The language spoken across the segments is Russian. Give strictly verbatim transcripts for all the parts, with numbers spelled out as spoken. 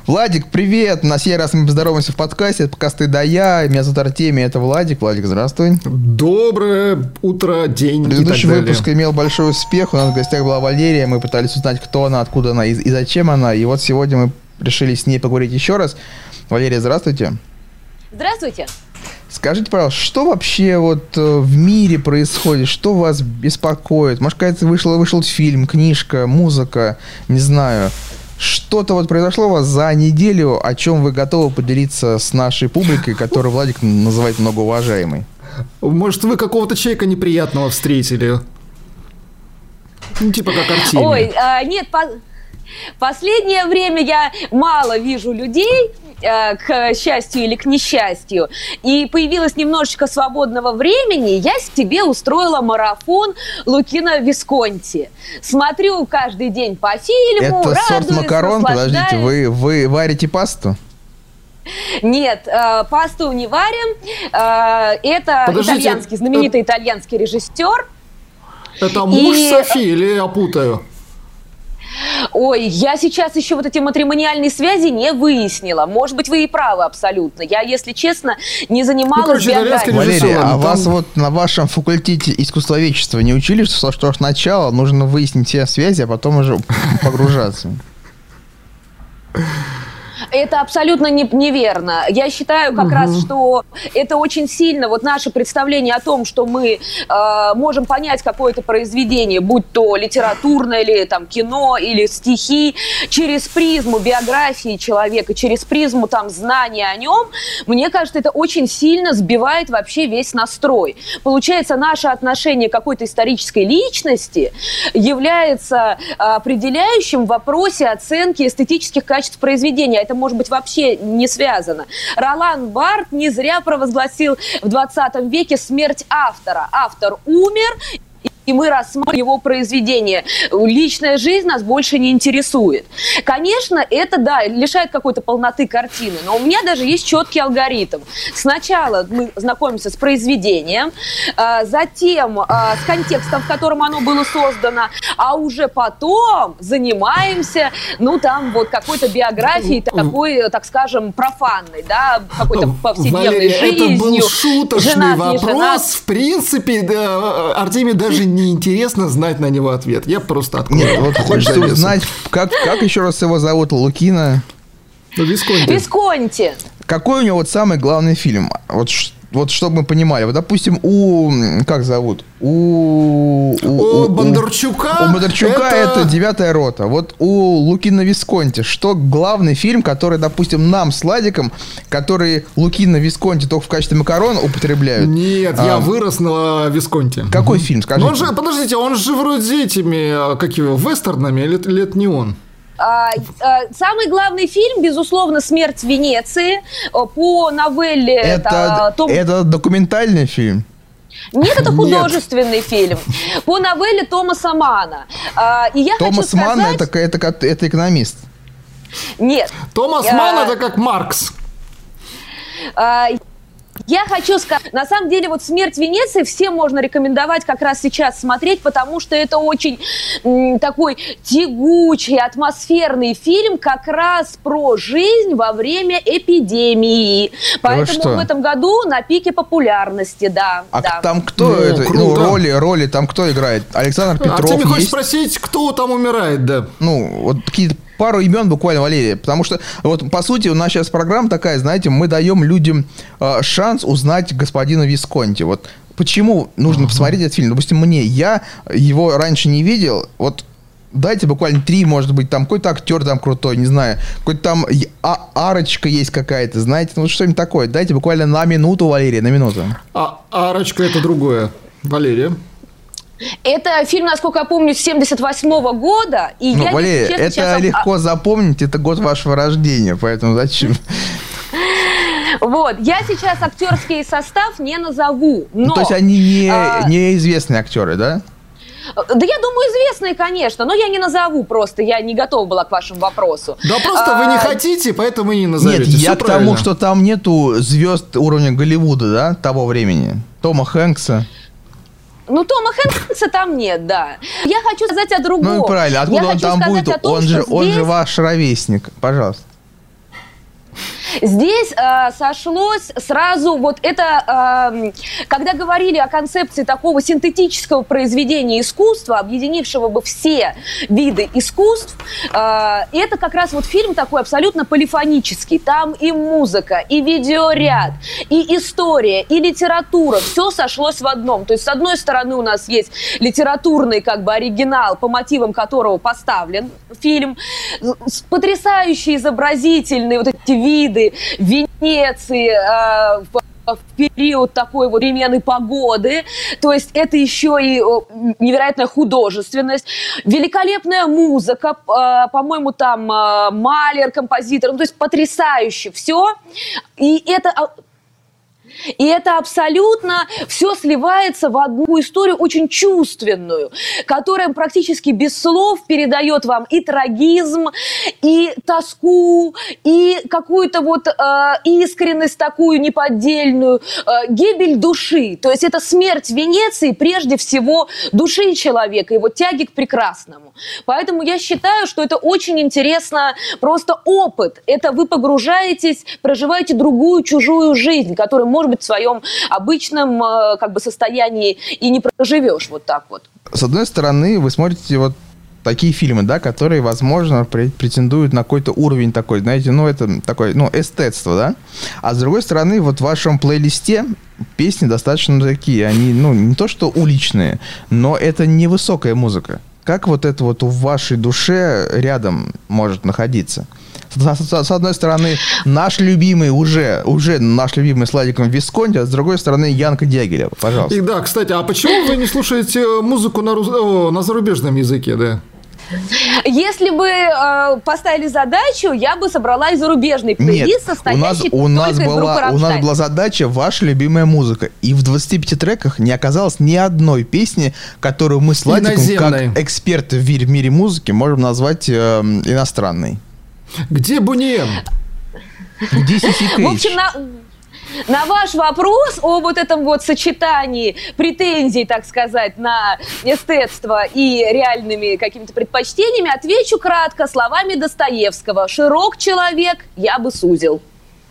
Владик, привет! На сей раз мы поздороваемся в подкасте. Это подкаст «Ты да я». Меня зовут Артемий, это Владик. Владик, здравствуй. Доброе утро, день. Предыдущий выпуск имел большой успех. У нас в гостях была Валерия. Мы пытались узнать, кто она, откуда она и, и зачем она. И вот сегодня мы решили с ней поговорить еще раз. Валерия, здравствуйте. Здравствуйте. Скажите, пожалуйста, что вообще вот в мире происходит? Что вас беспокоит? Может, кажется, вышел, вышел фильм, книжка, музыка, не знаю. Что-то вот произошло у вас за неделю, о чем вы готовы поделиться с нашей публикой, которую Владик называет многоуважаемой? Может, вы какого-то человека неприятного встретили? Ну, типа как Артемий. Ой, а, нет, по... последнее время я мало вижу людей, к счастью или к несчастью, и появилось немножечко свободного времени, я себе устроила марафон Лукино Висконти. Смотрю каждый день по фильму, это радуюсь, сорт макарон? наслаждаюсь. Подождите, вы, вы варите пасту? Нет, э, пасту не варим. Э, это Подождите, итальянский, знаменитый это... итальянский режиссер. Это муж и... Софи или я путаю? Ой, я сейчас еще вот эти матримониальные связи не выяснила. Может быть, вы и правы абсолютно. Я, если честно, не занималась ну, короче, биографией. Валерия, а там... вас вот на вашем факультете искусствоведчества не учили, что, что сначала нужно выяснить все связи, а потом уже погружаться? Это абсолютно не, неверно. Я считаю как угу. раз, что это очень сильно вот наше представление о том, что мы э, можем понять какое-то произведение, будь то литературное или там кино, или стихи, через призму биографии человека, через призму там знания о нем. Мне кажется, это очень сильно сбивает вообще весь настрой. Получается, наше отношение к какой-то исторической личности является определяющим в вопросе оценки эстетических качеств произведения. Это может быть вообще не связано. Ролан Барт не зря провозгласил в двадцатом веке смерть автора. Автор умер, и мы рассматриваем его произведение. Личная жизнь нас больше не интересует. Конечно, это, да, лишает какой-то полноты картины, но у меня даже есть четкий алгоритм. Сначала мы знакомимся с произведением, затем с контекстом, в котором оно было создано, а уже потом занимаемся, ну, там, вот какой-то биографией такой, так скажем, профанной, да, какой-то повседневной Валерия, жизнью. это был шуточный женат, вопрос. женат. В принципе, да, Артемий даже не интересно знать на него ответ. Я просто открою. Нет, вот хочется узнать, как, как еще раз его зовут, Лукино? Ну, Висконти. Висконти. Какой у него вот самый главный фильм? Вот, вот чтобы мы понимали. Вот, допустим, у... Как зовут? У... У, у, у Бондарчука. У Бондарчука это... это «Девятая рота». Вот у Лукино Висконти что главный фильм, который, допустим, нам с Владиком, который Лукино Висконти только в качестве макарон употребляют? Нет, а, я вырос на Висконти. Какой фильм, скажите? Он же, подождите, он же вроде этими, как его, вестернами, или, или это не он? А, а, самый главный фильм, безусловно, «Смерть в Венеции» по новелле... Это, Том... это документальный фильм? Нет, это художественный Нет. фильм. По новелле Томаса Манна. А, и я Томас хочу сказать... Манн это, это, это экономист. Нет. Томас я... Манн это как Маркс. А... Я хочу сказать, на самом деле, вот «Смерть в Венеции» всем можно рекомендовать как раз сейчас смотреть, потому что это очень м, такой тягучий, атмосферный фильм как раз про жизнь во время эпидемии. Поэтому он в этом году на пике популярности, да. А да. там кто ну, это? Круто. Ну, роли, роли там кто играет? Александр Петров. А ты мне есть? хочешь спросить, кто там умирает, да? Ну, вот какие-то пару имен буквально, Валерия. Потому что, вот, по сути, у нас сейчас программа такая, знаете, мы даем людям э, шанс узнать господина Висконти. Вот почему нужно uh-huh. посмотреть этот фильм? Допустим, мне, я его раньше не видел, вот дайте буквально три, может быть, там какой-то актер там крутой, не знаю, какой-то там а- арочка есть какая-то, знаете, ну что-нибудь такое. Дайте буквально на минуту, Валерия, на минуту. А арочка это другое. Валерия. Это фильм, насколько я помню, с семьдесят восьмого года. И ну, я, Валерия, честно, это сейчас... легко запомнить, это год вашего рождения, поэтому зачем? Вот, я сейчас актерский состав не назову, но... Ну, то есть они не, а... неизвестные актеры, да? Да я думаю, известные, конечно, но я не назову просто, я не готова была к вашему вопросу. Да просто а... вы не хотите, поэтому и не назовете. Нет, Все я к правильно. тому, что там нету звезд уровня Голливуда, да, того времени. Тома Хэнкса. Ну, Тома Хэнкса там нет, да. Я хочу сказать о другом. Ну, правильно, откуда я он там будет? Том, он, же, здесь... он же ваш ровесник, пожалуйста. Здесь э, сошлось сразу вот это, э, когда говорили о концепции такого синтетического произведения искусства, объединившего бы все виды искусств, э, это как раз вот фильм такой абсолютно полифонический. Там и музыка, и видеоряд, и история, и литература. Все сошлось в одном. То есть, с одной стороны, у нас есть литературный как бы оригинал, по мотивам которого поставлен фильм, потрясающие изобразительные вот эти виды Венеции э, в, в период такой вот перемены погоды. То есть это еще и невероятная художественность, великолепная музыка, э, по-моему, там э, Малер, композитор, ну, то есть потрясающе все. И это... И это абсолютно все сливается в одну историю очень чувственную, которая практически без слов передает вам и трагизм, и тоску, и какую-то вот э, искренность такую неподдельную, э, гибель души. То есть это смерть Венеции прежде всего души человека, его тяги к прекрасному. Поэтому я считаю, что это очень интересно, просто опыт. Это вы погружаетесь, проживаете другую чужую жизнь, которую, может быть, в своем обычном как бы состоянии и не проживешь вот так вот. С одной стороны, вы смотрите вот такие фильмы, да, которые, возможно, претендуют на какой-то уровень такой, знаете, ну, это такое, ну, эстетство, да? А с другой стороны, вот в вашем плейлисте песни достаточно такие, они, ну, не то что уличные, но это невысокая музыка. Как вот это вот в вашей душе рядом может находиться? С одной стороны, наш любимый уже, уже наш любимый с Владиком Висконти, а с другой стороны, Янка Дягилева. Пожалуйста. И да, кстати, а почему вы не слушаете музыку на, рус... О, на зарубежном языке, да? Если бы э, поставили задачу, я бы собрала и зарубежный плейлист, состоящий у нас, у нас только из группы была, У нас была задача «Ваша любимая музыка». И в двадцати пяти треках не оказалось ни одной песни, которую мы с Владиком, как эксперты в мире, в мире музыки, можем назвать э, иностранной. Где Буниен? Где Сиси Кейдж? В общем, на, на ваш вопрос о вот этом вот сочетании претензий, так сказать, на эстетство и реальными какими-то предпочтениями отвечу кратко словами Достоевского. «Широк человек, я бы сузил».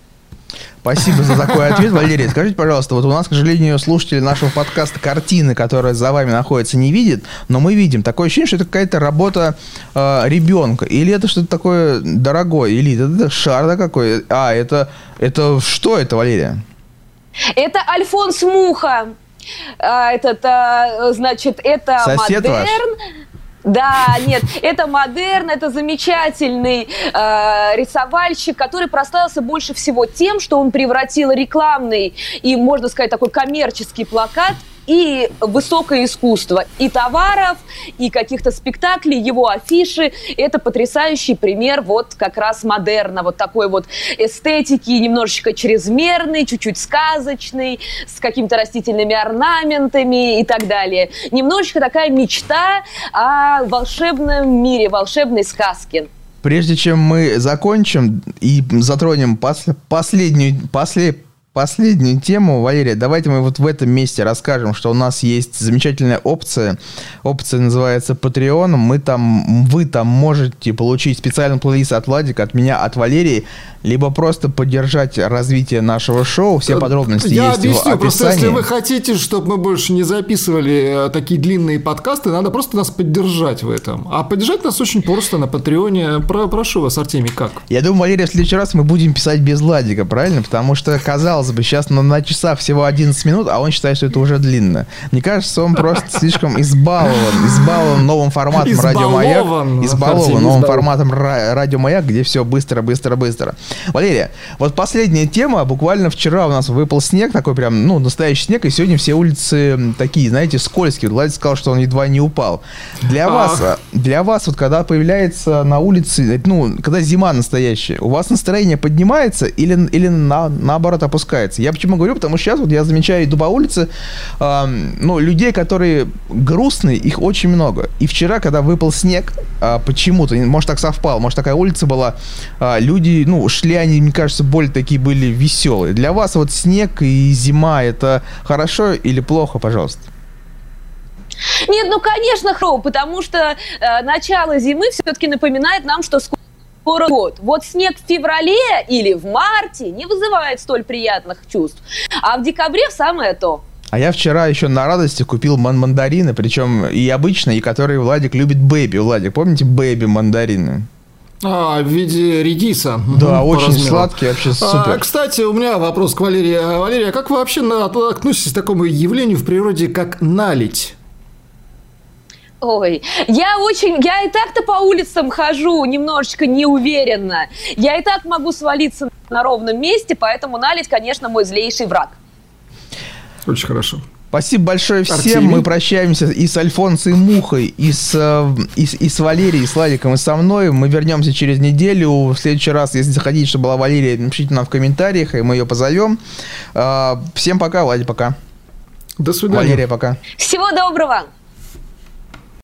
Спасибо за такой ответ, Валерий. Скажите, пожалуйста, вот у нас, к сожалению, слушатели нашего подкаста картины, которая за вами находится, не видят, но мы видим. Такое ощущение, что это какая-то работа э, ребенка. Или это что-то такое дорогое, или это, это шар да, какой. А, это, это что это, Валерия? Это Альфонс Муха. А, этот, а, значит, это сосед модерн. Ваш? Да, нет, это модерн, это замечательный э, рисовальщик, который прославился больше всего тем, что он превратил рекламный и, можно сказать, такой коммерческий плакат и высокое искусство, и товаров, и каких-то спектаклей, его афиши. Это потрясающий пример вот как раз модерна, вот такой вот эстетики, немножечко чрезмерный, чуть-чуть сказочный, с какими-то растительными орнаментами и так далее. Немножечко такая мечта о волшебном мире, волшебной сказке. Прежде чем мы закончим и затронем пос- последнюю, после, последнюю тему, Валерия, давайте мы вот в этом месте расскажем, что у нас есть замечательная опция. Опция называется Patreon. Мы там, вы там можете получить специальный плейлист от Владика, от меня, от Валерии, либо просто поддержать развитие нашего шоу. Все подробности Я есть объясню, в описании. просто если вы хотите, чтобы мы больше не записывали такие длинные подкасты, надо просто нас поддержать в этом. А поддержать нас очень просто на Патреоне. Про, прошу вас, Артемий, как? Я думаю, Валерия, в следующий раз мы будем писать без Владика, правильно? Потому что, казалось бы, сейчас на, на часах всего одиннадцать минут, а он считает, что это уже длинно. Мне кажется, он просто слишком избалован. Избалован новым форматом Радио Маяк. Избалован новым форматом Радио Маяк, где все быстро, быстро, быстро. Валерия, вот последняя тема. Буквально вчера у нас выпал снег, такой прям, ну, настоящий снег, и сегодня все улицы такие, знаете, скользкие. Владик сказал, что он едва не упал. Для вас, для вас, вот когда появляется на улице, ну, когда зима настоящая, у вас настроение поднимается или, или на, наоборот опускается? Я почему говорю, потому что сейчас вот я замечаю, иду по улице, э, ну, людей, которые грустные, их очень много. И вчера, когда выпал снег, э, почему-то, может, так совпало, может, такая улица была, э, люди, ну, шли они, мне кажется, более такие были веселые. Для вас вот снег и зима, это хорошо или плохо, пожалуйста? Нет, ну, конечно, хорошо, потому что э, начало зимы все-таки напоминает нам, что скоро скоро год. Вот снег в феврале или в марте не вызывает столь приятных чувств, а в декабре самое то. А я вчера еще на радости купил ман- мандарины, причем и обычные, и которые Владик любит бэби. Владик, помните бэби мандарины? А, в виде редиса. Да, угу, очень сладкие, вообще супер. А, кстати, у меня вопрос к Валерии. Валерия, как вы вообще относитесь к такому явлению в природе, как наледь? Ой, я очень, я и так-то по улицам хожу немножечко неуверенно. Я и так могу свалиться на ровном месте, поэтому наледь, конечно, мой злейший враг. Очень хорошо. Спасибо большое всем. Артемий. Мы прощаемся и с Альфонсой Мухой, и с, и, с, и с Валерией, и с Владиком, и со мной. Мы вернемся через неделю. В следующий раз, если захотите, чтобы была Валерия, напишите нам в комментариях, и мы ее позовем. Всем пока, Владик, пока. До свидания. Валерия, пока. Всего доброго!